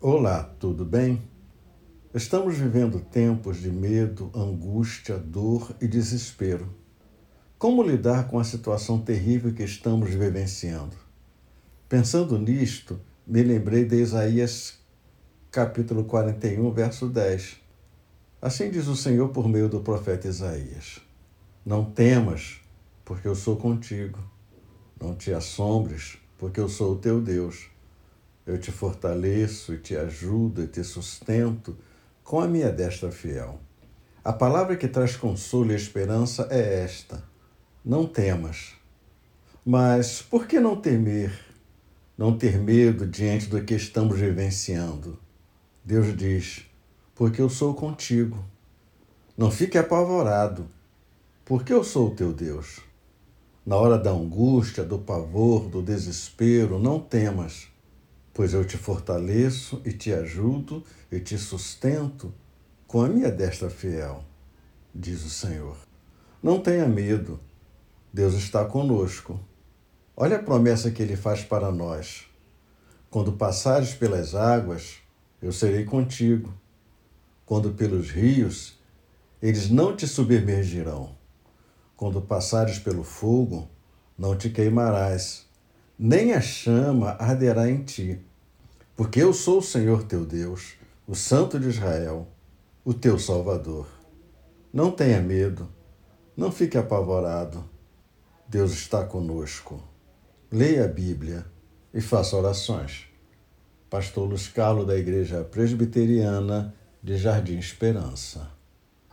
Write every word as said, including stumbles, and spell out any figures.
Olá, tudo bem? Estamos vivendo tempos de medo, angústia, dor e desespero. Como lidar com a situação terrível que estamos vivenciando? Pensando nisto, me lembrei de Isaías capítulo quarenta e um, verso dez. Assim diz o Senhor por meio do profeta Isaías: Não temas, porque eu sou contigo. Não te assombres, porque eu sou o teu Deus. Eu te fortaleço e te ajudo e te sustento com a minha destra fiel. A palavra que traz consolo e esperança é esta: não temas. Mas por que não temer? Não ter medo diante do que estamos vivenciando? Deus diz: porque eu sou contigo. Não fique apavorado, porque eu sou o teu Deus. Na hora da angústia, do pavor, do desespero, não temas, pois eu te fortaleço e te ajudo e te sustento com a minha destra fiel, diz o Senhor. Não tenha medo, Deus está conosco. Olha a promessa que Ele faz para nós. Quando passares pelas águas, eu serei contigo. Quando pelos rios, eles não te submergirão. Quando passares pelo fogo, não te queimarás, nem a chama arderá em ti. Porque eu sou o Senhor teu Deus, o Santo de Israel, o teu Salvador. Não tenha medo, não fique apavorado. Deus está conosco. Leia a Bíblia e faça orações. Pastor Luiz Carlos, da Igreja Presbiteriana de Jardim Esperança.